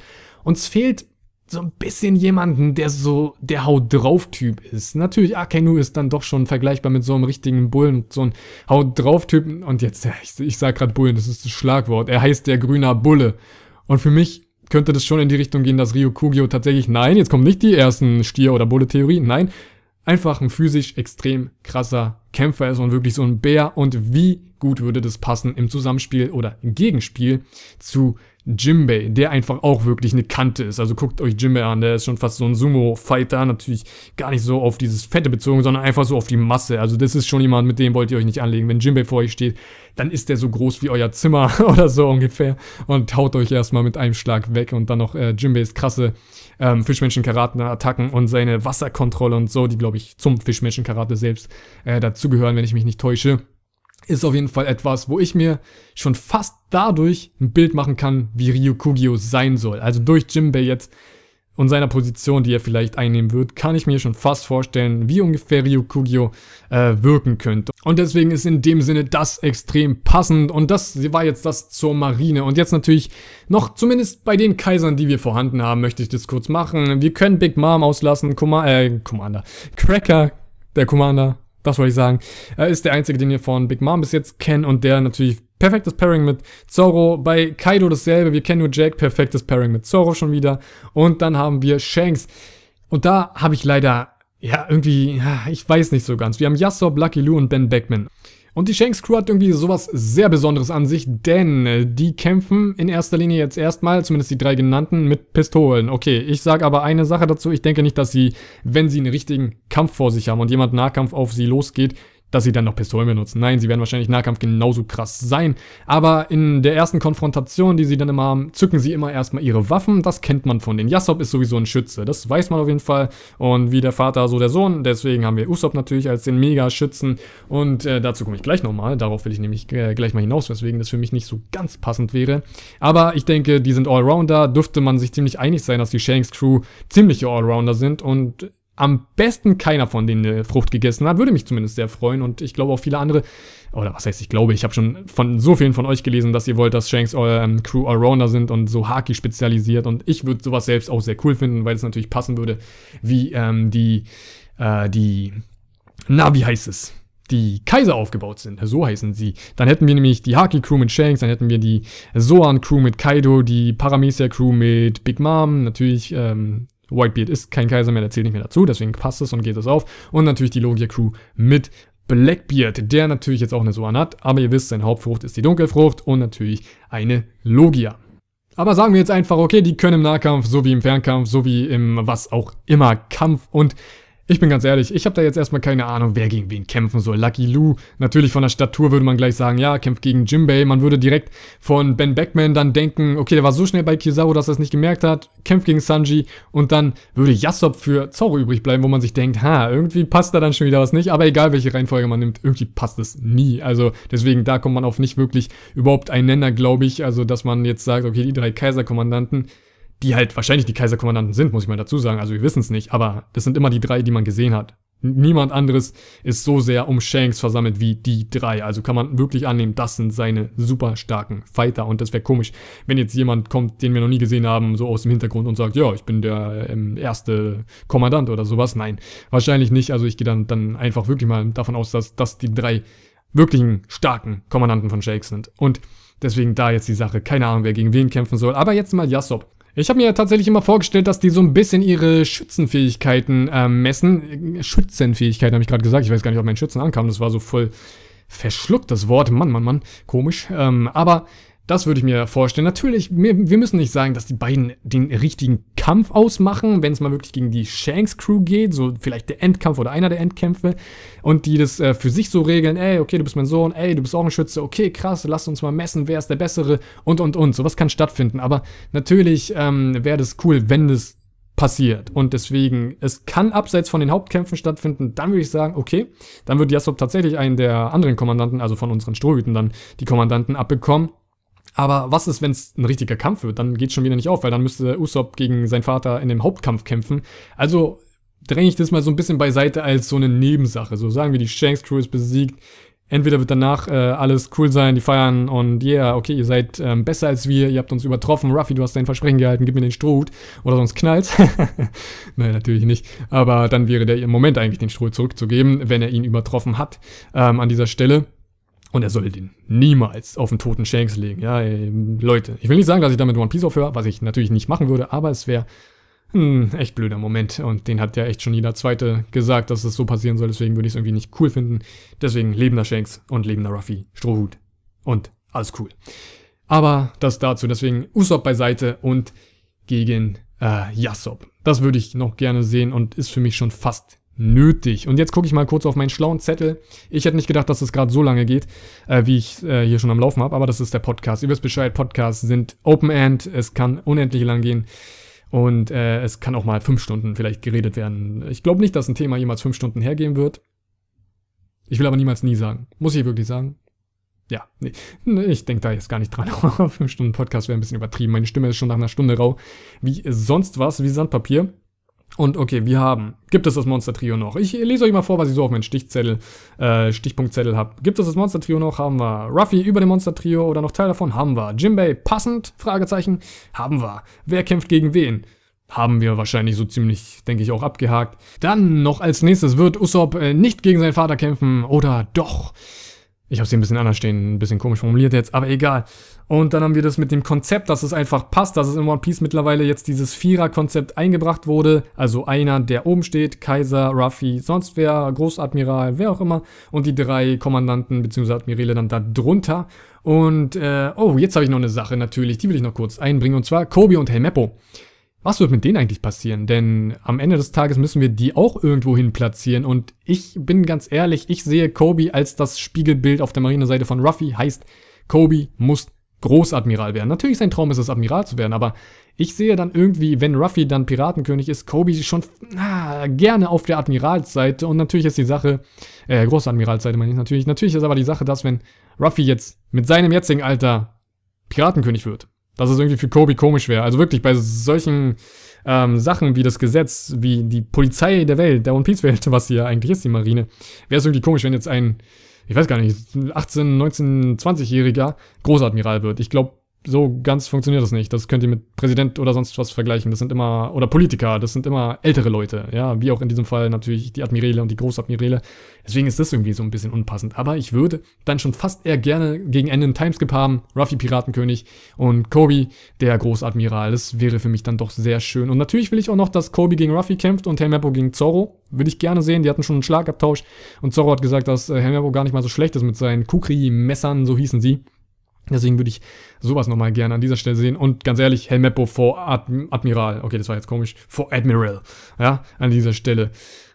Uns fehlt so ein bisschen jemanden, der so der Haut-drauf-Typ ist. Natürlich, Akainu ist dann doch schon vergleichbar mit so einem richtigen Bullen, so ein Haut-drauf-Typ. Und jetzt, ja, ich sag gerade Bullen, das ist das Schlagwort. Er heißt der grüner Bulle. Und für mich könnte das schon in die Richtung gehen, dass Ryukugyo tatsächlich, nein, jetzt kommen nicht die ersten Stier- oder Bulle-Theorien, nein, einfach ein physisch extrem krasser Kämpfer ist und wirklich so ein Bär. Und wie gut würde das passen im Zusammenspiel oder im Gegenspiel zu Jinbei, der einfach auch wirklich eine Kante ist. Also guckt euch Jinbei an, der ist schon fast so ein Sumo-Fighter, natürlich gar nicht so auf dieses Fette bezogen, sondern einfach so auf die Masse. Also das ist schon jemand, mit dem wollt ihr euch nicht anlegen. Wenn Jinbei vor euch steht, dann ist der so groß wie euer Zimmer oder so ungefähr und haut euch erstmal mit einem Schlag weg. Und dann noch Jinbeis krasse Fischmenschen-Karate-Attacken und seine Wasserkontrolle und so, die, glaube ich, zum Fischmenschen-Karate selbst dazugehören, wenn ich mich nicht täusche. Ist auf jeden Fall etwas, wo ich mir schon fast dadurch ein Bild machen kann, wie Ryukugyo sein soll. Also durch Jinbei jetzt und seiner Position, die er vielleicht einnehmen wird, kann ich mir schon fast vorstellen, wie ungefähr Ryukugyo wirken könnte. Und deswegen ist in dem Sinne das extrem passend. Und das war jetzt das zur Marine. Und jetzt natürlich noch, zumindest bei den Kaisern, die wir vorhanden haben, möchte ich das kurz machen. Wir können Big Mom auslassen, Commander. Cracker, der Commander. Das wollte ich sagen. Er ist der einzige, den wir von Big Mom bis jetzt kennen und der natürlich perfektes Pairing mit Zoro. Bei Kaido dasselbe. Wir kennen nur Jack. Perfektes Pairing mit Zoro schon wieder. Und dann haben wir Shanks. Und da habe ich leider, ich weiß nicht so ganz. Wir haben Yasop, Lucky Lu und Ben Beckman. Und die Shanks Crew hat irgendwie sowas sehr Besonderes an sich, denn die kämpfen in erster Linie jetzt erstmal, zumindest die 3 genannten, mit Pistolen. Okay, ich sage aber eine Sache dazu, ich denke nicht, dass sie, wenn sie einen richtigen Kampf vor sich haben und jemand Nahkampf auf sie losgeht, dass sie dann noch Pistolen benutzen. Nein, sie werden wahrscheinlich Nahkampf genauso krass sein. Aber in der ersten Konfrontation, die sie dann immer haben, zücken sie immer erstmal ihre Waffen. Das kennt man von denen. Yasop ist sowieso ein Schütze. Das weiß man auf jeden Fall. Und wie der Vater, so der Sohn. Deswegen haben wir Usopp natürlich als den Mega-Schützen. Und dazu komme ich gleich nochmal. Darauf will ich nämlich gleich mal hinaus, weswegen das für mich nicht so ganz passend wäre. Aber ich denke, die sind Allrounder. Dürfte man sich ziemlich einig sein, dass die Shanks Crew ziemliche Allrounder sind. Und am besten keiner von denen eine Frucht gegessen hat, würde mich zumindest sehr freuen und ich glaube auch viele andere, oder was heißt ich glaube, ich habe schon von so vielen von euch gelesen, dass ihr wollt, dass Shanks Crew Allrounder sind und so Haki spezialisiert und ich würde sowas selbst auch sehr cool finden, weil es natürlich passen würde, wie wie heißt es? Die Kaiser aufgebaut sind, so heißen sie. Dann hätten wir nämlich die Haki-Crew mit Shanks, dann hätten wir die Zoan-Crew mit Kaido, die Paramecia-Crew mit Big Mom, natürlich, Whitebeard ist kein Kaiser mehr, der zählt nicht mehr dazu, deswegen passt es und geht es auf. Und natürlich die Logia-Crew mit Blackbeard, der natürlich jetzt auch eine Zoan hat, aber ihr wisst, seine Hauptfrucht ist die Dunkelfrucht und natürlich eine Logia. Aber sagen wir jetzt einfach, okay, die können im Nahkampf, so wie im Fernkampf, so wie im was auch immer Kampf und ich bin ganz ehrlich, ich habe da jetzt erstmal keine Ahnung, wer gegen wen kämpfen soll. Lucky Lu, natürlich von der Statur würde man gleich sagen, ja, kämpft gegen Jinbei. Man würde direkt von Ben Beckman dann denken, okay, der war so schnell bei Kizaru, dass er es nicht gemerkt hat, kämpft gegen Sanji und dann würde Yasop für Zoro übrig bleiben, wo man sich denkt, irgendwie passt da dann schon wieder was nicht. Aber egal, welche Reihenfolge man nimmt, irgendwie passt es nie. Also deswegen, da kommt man auf nicht wirklich überhaupt einen Nenner, glaube ich. Also, dass man jetzt sagt, okay, die 3 Kaiserkommandanten, die halt wahrscheinlich die Kaiserkommandanten sind, muss ich mal dazu sagen, also wir wissen es nicht, aber das sind immer die 3, die man gesehen hat. Niemand anderes ist so sehr um Shanks versammelt wie die 3, also kann man wirklich annehmen, das sind seine super starken Fighter und das wäre komisch, wenn jetzt jemand kommt, den wir noch nie gesehen haben, so aus dem Hintergrund und sagt, ja, ich bin der erste Kommandant oder sowas. Nein, wahrscheinlich nicht, also ich gehe dann einfach wirklich mal davon aus, dass das die 3 wirklichen starken Kommandanten von Shanks sind und deswegen da jetzt die Sache, keine Ahnung, wer gegen wen kämpfen soll, aber jetzt mal Yasop. Ich habe mir tatsächlich immer vorgestellt, dass die so ein bisschen ihre Schützenfähigkeiten messen. Schützenfähigkeiten habe ich gerade gesagt. Ich weiß gar nicht, ob mein Schützen ankam. Das war so voll verschluckt, das Wort. Mann. Komisch. Aber das würde ich mir vorstellen. Natürlich, wir müssen nicht sagen, dass die beiden den richtigen Kampf ausmachen, wenn es mal wirklich gegen die Shanks Crew geht, so vielleicht der Endkampf oder einer der Endkämpfe und die das für sich so regeln, ey, okay, du bist mein Sohn, ey, du bist auch ein Schütze, okay, krass, lass uns mal messen, wer ist der Bessere und. Sowas kann stattfinden, aber natürlich wäre das cool, wenn das passiert und deswegen, es kann abseits von den Hauptkämpfen stattfinden, dann würde ich sagen, okay, dann wird Yasop tatsächlich einen der anderen Kommandanten, also von unseren Strohhüten dann die Kommandanten abbekommen. Aber was ist, wenn es ein richtiger Kampf wird? Dann geht es schon wieder nicht auf, weil dann müsste Usopp gegen seinen Vater in dem Hauptkampf kämpfen. Also dränge ich das mal so ein bisschen beiseite als so eine Nebensache. So sagen wir, die Shanks Crew ist besiegt. Entweder wird danach alles cool sein, die feiern und yeah, okay, ihr seid besser als wir, ihr habt uns übertroffen, Ruffy, du hast dein Versprechen gehalten, gib mir den Strohhut oder sonst knallt's. Nein, natürlich nicht. Aber dann wäre der im Moment eigentlich den Strohhut zurückzugeben, wenn er ihn übertroffen hat an dieser Stelle. Und er soll den niemals auf den toten Shanks legen. Ja, Leute, ich will nicht sagen, dass ich damit One Piece aufhöre, was ich natürlich nicht machen würde, aber es wäre ein echt blöder Moment. Und den hat ja echt schon jeder Zweite gesagt, dass es so passieren soll. Deswegen würde ich es irgendwie nicht cool finden. Deswegen lebender Shanks und lebender Ruffy, Strohhut und alles cool. Aber das dazu. Deswegen Usopp beiseite und gegen Yasop. Das würde ich noch gerne sehen und ist für mich schon fast nötig. Und jetzt gucke ich mal kurz auf meinen schlauen Zettel. Ich hätte nicht gedacht, dass es gerade so lange geht, wie ich hier schon am Laufen habe. Aber das ist der Podcast. Ihr wisst Bescheid, Podcasts sind Open-End. Es kann unendlich lang gehen. Und es kann auch mal 5 Stunden vielleicht geredet werden. Ich glaube nicht, dass ein Thema jemals 5 Stunden hergeben wird. Ich will aber niemals nie sagen. Muss ich wirklich sagen? Ja, nee. Ich denke da jetzt gar nicht dran. 5 Stunden Podcast wäre ein bisschen übertrieben. Meine Stimme ist schon nach einer Stunde rau. Wie sonst was, wie Sandpapier. Und okay, gibt es das Monster-Trio noch? Ich lese euch mal vor, was ich so auf meinen Stichpunktzettel habe. Gibt es das Monster-Trio noch? Haben wir. Ruffy über dem Monster-Trio oder noch Teil davon? Haben wir. Jinbei passend? Fragezeichen. Haben wir. Wer kämpft gegen wen? Haben wir wahrscheinlich so ziemlich, denke ich, auch abgehakt. Dann noch als nächstes wird Usopp nicht gegen seinen Vater kämpfen oder doch? Ich habe es hier ein bisschen anders stehen, ein bisschen komisch formuliert jetzt, aber egal. Und dann haben wir das mit dem Konzept, dass es einfach passt, dass es in One Piece mittlerweile jetzt dieses Vierer-Konzept eingebracht wurde. Also einer, der oben steht, Kaiser, Ruffy, sonst wer, Großadmiral, wer auch immer. Und die 3 Kommandanten bzw. Admirale dann da drunter. Und, jetzt habe ich noch eine Sache natürlich, die will ich noch kurz einbringen. Und zwar Koby und Helmeppo. Was wird mit denen eigentlich passieren? Denn am Ende des Tages müssen wir die auch irgendwo hin platzieren. Und ich bin ganz ehrlich, ich sehe Koby als das Spiegelbild auf der Marineseite von Ruffy. Heißt, Koby muss Großadmiral werden. Natürlich sein Traum ist es, Admiral zu werden, aber ich sehe dann irgendwie, wenn Ruffy dann Piratenkönig ist, Koby schon gerne auf der Admiralsseite. Und natürlich ist die Sache, Großadmiralsseite meine ich natürlich. Natürlich ist aber die Sache, dass wenn Ruffy jetzt mit seinem jetzigen Alter Piratenkönig wird, dass es irgendwie für Koby komisch wäre. Also wirklich bei solchen Sachen wie das Gesetz, wie die Polizei der Welt, der One Piece Welt, was hier eigentlich ist, die Marine, wäre es irgendwie komisch, wenn jetzt ein, ich weiß gar nicht, 18, 19, 20-Jähriger Großadmiral wird. Ich glaube, so ganz funktioniert das nicht. Das könnt ihr mit Präsident oder sonst was vergleichen. Das sind immer, oder Politiker, das sind immer ältere Leute. Ja, wie auch in diesem Fall natürlich die Admirale und die Großadmirale. Deswegen ist das irgendwie so ein bisschen unpassend. Aber ich würde dann schon fast eher gerne gegen Ende einen Timeskip haben. Ruffy Piratenkönig und Koby der Großadmiral. Das wäre für mich dann doch sehr schön. Und natürlich will ich auch noch, dass Koby gegen Ruffy kämpft und Helmeppo gegen Zoro. Würde ich gerne sehen. Die hatten schon einen Schlagabtausch. Und Zoro hat gesagt, dass Helmeppo gar nicht mal so schlecht ist mit seinen Kukri-Messern, so hießen sie. Deswegen würde ich sowas nochmal gerne an dieser Stelle sehen. Und ganz ehrlich, Helmeppo vor Admiral. Okay, das war jetzt komisch. Vor Admiral. Ja, an dieser Stelle.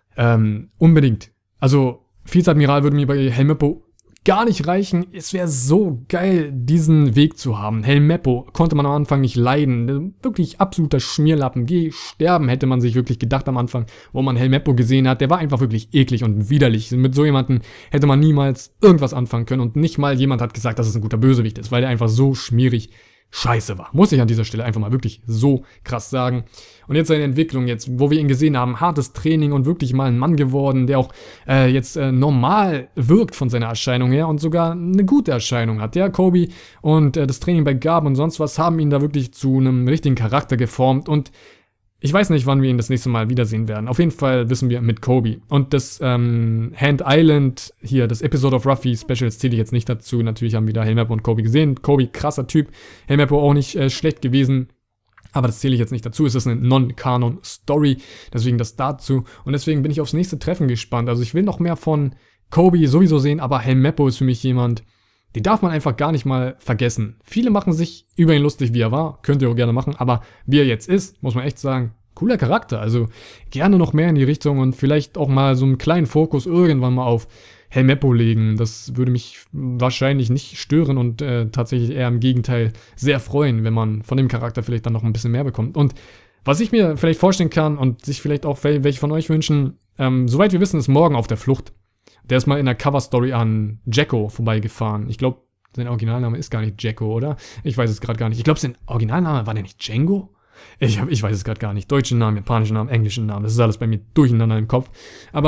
Unbedingt. Also, Vizeadmiral würde mir bei Helmeppo gar nicht reichen. Es wäre so geil, diesen Weg zu haben. Helmeppo konnte man am Anfang nicht leiden. Wirklich absoluter Schmierlappen. Geh sterben, hätte man sich wirklich gedacht am Anfang, wo man Helmeppo gesehen hat. Der war einfach wirklich eklig und widerlich. Mit so jemandem hätte man niemals irgendwas anfangen können. Und nicht mal jemand hat gesagt, dass es ein guter Bösewicht ist, weil der einfach so schmierig scheiße war. Muss ich an dieser Stelle einfach mal wirklich so krass sagen. Und jetzt seine Entwicklung, jetzt, wo wir ihn gesehen haben, hartes Training und wirklich mal ein Mann geworden, der auch jetzt normal wirkt von seiner Erscheinung her und sogar eine gute Erscheinung hat. Ja, Koby und das Training bei Garb und sonst was haben ihn da wirklich zu einem richtigen Charakter geformt und ich weiß nicht, wann wir ihn das nächste Mal wiedersehen werden. Auf jeden Fall wissen wir mit Koby. Und das Hand Island, hier, das Episode of Ruffy Specials zähle ich jetzt nicht dazu. Natürlich haben wir da Helmeppo und Koby gesehen. Koby, krasser Typ. Helmeppo auch nicht schlecht gewesen. Aber das zähle ich jetzt nicht dazu. Es ist eine Non-Canon-Story. Deswegen das dazu. Und deswegen bin ich aufs nächste Treffen gespannt. Also ich will noch mehr von Koby sowieso sehen. Aber Helmeppo ist für mich jemand, den darf man einfach gar nicht mal vergessen. Viele machen sich über ihn lustig, wie er war. Könnt ihr auch gerne machen. Aber wie er jetzt ist, muss man echt sagen, cooler Charakter. Also gerne noch mehr in die Richtung und vielleicht auch mal so einen kleinen Fokus irgendwann mal auf Helmeppo legen. Das würde mich wahrscheinlich nicht stören und tatsächlich eher im Gegenteil sehr freuen, wenn man von dem Charakter vielleicht dann noch ein bisschen mehr bekommt. Und was ich mir vielleicht vorstellen kann und sich vielleicht auch welche von euch wünschen, soweit wir wissen, ist morgen auf der Flucht. Der ist mal in der Cover-Story an Jacko vorbeigefahren. Ich glaube, sein Originalname ist gar nicht Jacko, oder? Ich weiß es gerade gar nicht. Ich glaube, sein Originalname war der nicht Django? Ich weiß es gerade gar nicht. Deutschen Namen, japanischen Namen, englischen Namen. Das ist alles bei mir durcheinander im Kopf. Aber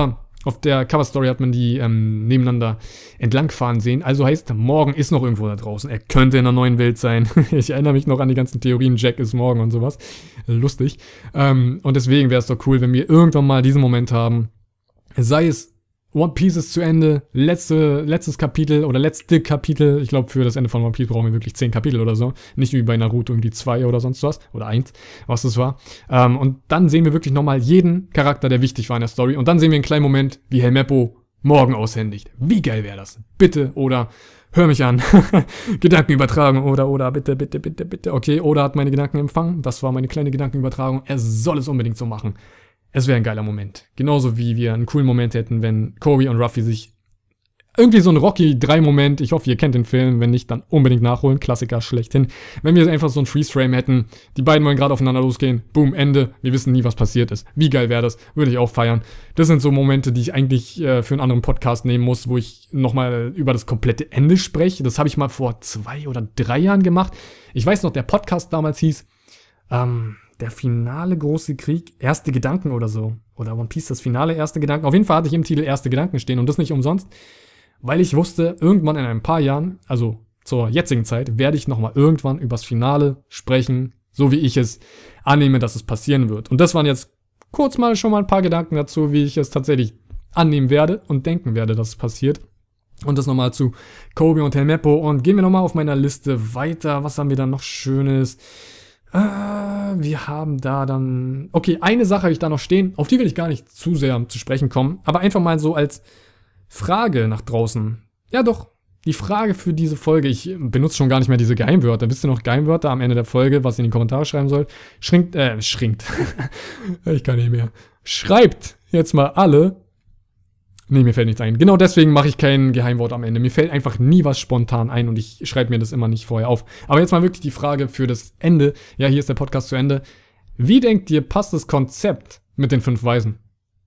Auf der Coverstory hat man die nebeneinander entlangfahren sehen. Also heißt, Morgan ist noch irgendwo da draußen. Er könnte in einer neuen Welt sein. Ich erinnere mich noch an die ganzen Theorien, Jack ist Morgan und sowas. Lustig. Und deswegen wäre es doch cool, wenn wir irgendwann mal diesen Moment haben. Sei es One Piece ist zu Ende, letztes Kapitel oder letzte Kapitel. Ich glaube, für das Ende von One Piece brauchen wir wirklich 10 Kapitel oder so. Nicht wie bei Naruto irgendwie 2 oder sonst was. Oder 1, was das war. Und dann sehen wir wirklich nochmal jeden Charakter, der wichtig war in der Story. Und dann sehen wir einen kleinen Moment, wie Helmeppo Morgan aushändigt. Wie geil wäre das? Bitte oder hör mich an. Gedanken übertragen oder bitte, bitte, bitte, bitte. Okay, Oda hat meine Gedanken empfangen. Das war meine kleine Gedankenübertragung. Er soll es unbedingt so machen. Es wäre ein geiler Moment. Genauso wie wir einen coolen Moment hätten, wenn Kobe und Ruffy sich irgendwie so ein Rocky 3 Moment, ich hoffe, ihr kennt den Film, wenn nicht, dann unbedingt nachholen, Klassiker schlechthin. Wenn wir einfach so ein Freeze-Frame hätten, die beiden wollen gerade aufeinander losgehen, boom, Ende, wir wissen nie, was passiert ist. Wie geil wäre das? Würde ich auch feiern. Das sind so Momente, die ich eigentlich für einen anderen Podcast nehmen muss, wo ich nochmal über das komplette Ende spreche. Das habe ich mal vor 2 oder 3 Jahren gemacht. Ich weiß noch, der Podcast damals hieß, der finale große Krieg, erste Gedanken oder so. Oder One Piece, das finale erste Gedanken. Auf jeden Fall hatte ich im Titel erste Gedanken stehen und das nicht umsonst, weil ich wusste, irgendwann in ein paar Jahren, also zur jetzigen Zeit, werde ich nochmal irgendwann übers Finale sprechen, so wie ich es annehme, dass es passieren wird. Und das waren jetzt kurz mal schon mal ein paar Gedanken dazu, wie ich es tatsächlich annehmen werde und denken werde, dass es passiert. Und das nochmal zu Kobe und Helmeppo. Und gehen wir nochmal auf meiner Liste weiter. Was haben wir dann noch Schönes? Wir haben da dann... Okay, eine Sache habe ich da noch stehen, auf die will ich gar nicht zu sehr zu sprechen kommen, aber einfach mal so als Frage nach draußen. Ja doch, die Frage für diese Folge, ich benutze schon gar nicht mehr diese Geheimwörter. Wisst ihr noch Geheimwörter am Ende der Folge, was ihr in die Kommentare schreiben sollt? Schrinkt. Ich kann nicht mehr. Schreibt jetzt mal alle... Nee, mir fällt nichts ein. Genau deswegen mache ich kein Geheimwort am Ende. Mir fällt einfach nie was spontan ein und ich schreibe mir das immer nicht vorher auf. Aber jetzt mal wirklich die Frage für das Ende. Ja, hier ist der Podcast zu Ende. Wie denkt ihr, passt das Konzept mit den 5 Weisen?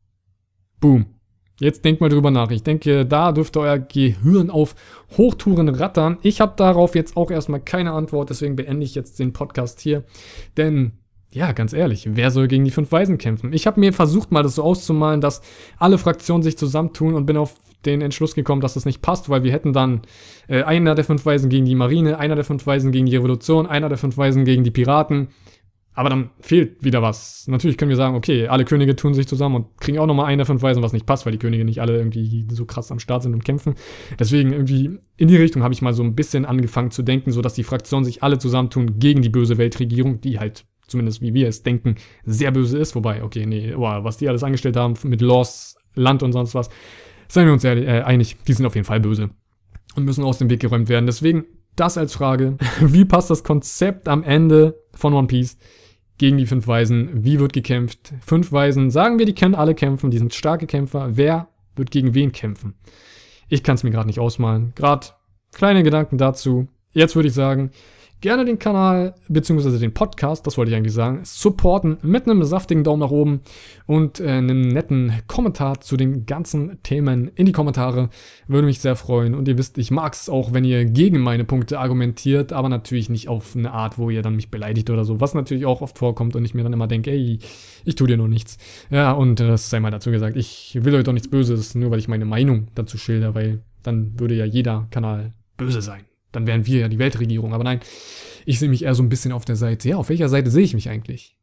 Boom. Jetzt denkt mal drüber nach. Ich denke, da dürfte euer Gehirn auf Hochtouren rattern. Ich habe darauf jetzt auch erstmal keine Antwort, deswegen beende ich jetzt den Podcast hier. Denn... ja, ganz ehrlich, wer soll gegen die 5 Weisen kämpfen? Ich habe mir versucht, mal das so auszumalen, dass alle Fraktionen sich zusammentun und bin auf den Entschluss gekommen, dass das nicht passt, weil wir hätten dann einer der 5 Weisen gegen die Marine, einer der 5 Weisen gegen die Revolution, einer der 5 Weisen gegen die Piraten. Aber dann fehlt wieder was. Natürlich können wir sagen, okay, alle Könige tun sich zusammen und kriegen auch nochmal einen der 5 Weisen, was nicht passt, weil die Könige nicht alle irgendwie so krass am Start sind und kämpfen. Deswegen irgendwie in die Richtung habe ich mal so ein bisschen angefangen zu denken, sodass die Fraktionen sich alle zusammentun gegen die böse Weltregierung, die halt zumindest wie wir es denken, sehr böse ist. Wobei, okay, nee, was die alles angestellt haben mit Laws, Land und sonst was, seien wir uns einig, die sind auf jeden Fall böse und müssen aus dem Weg geräumt werden. Deswegen das als Frage, wie passt das Konzept am Ende von One Piece gegen die 5 Weisen? Wie wird gekämpft? 5 Weisen, sagen wir, die können alle kämpfen, die sind starke Kämpfer. Wer wird gegen wen kämpfen? Ich kann es mir gerade nicht ausmalen. Gerade kleine Gedanken dazu. Jetzt würde ich sagen, gerne den Kanal, beziehungsweise den Podcast, das wollte ich eigentlich sagen, supporten mit einem saftigen Daumen nach oben und einem netten Kommentar zu den ganzen Themen in die Kommentare. Würde mich sehr freuen. Und ihr wisst, ich mag es auch, wenn ihr gegen meine Punkte argumentiert, aber natürlich nicht auf eine Art, wo ihr dann mich beleidigt oder so, was natürlich auch oft vorkommt und ich mir dann immer denke, ey, ich tue dir nur nichts. Ja, und das sei mal dazu gesagt, ich will euch doch nichts Böses, nur weil ich meine Meinung dazu schilder, weil dann würde ja jeder Kanal böse sein. Dann wären wir ja die Weltregierung. Aber nein, ich sehe mich eher so ein bisschen auf der Seite. Ja, auf welcher Seite sehe ich mich eigentlich?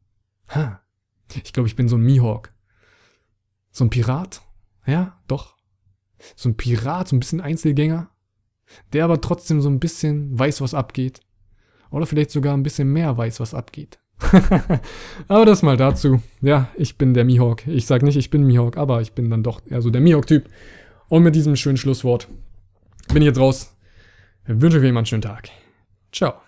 Ich glaube, ich bin so ein Mihawk. So ein Pirat? Ja, doch. So ein Pirat, so ein bisschen Einzelgänger, der aber trotzdem so ein bisschen weiß, was abgeht. Oder vielleicht sogar ein bisschen mehr weiß, was abgeht. Aber das mal dazu. Ja, ich bin der Mihawk. Ich sag nicht, ich bin Mihawk, aber ich bin dann doch eher so der Mihawk-Typ. Und mit diesem schönen Schlusswort bin ich jetzt raus. Ich wünsche euch einen schönen Tag. Ciao.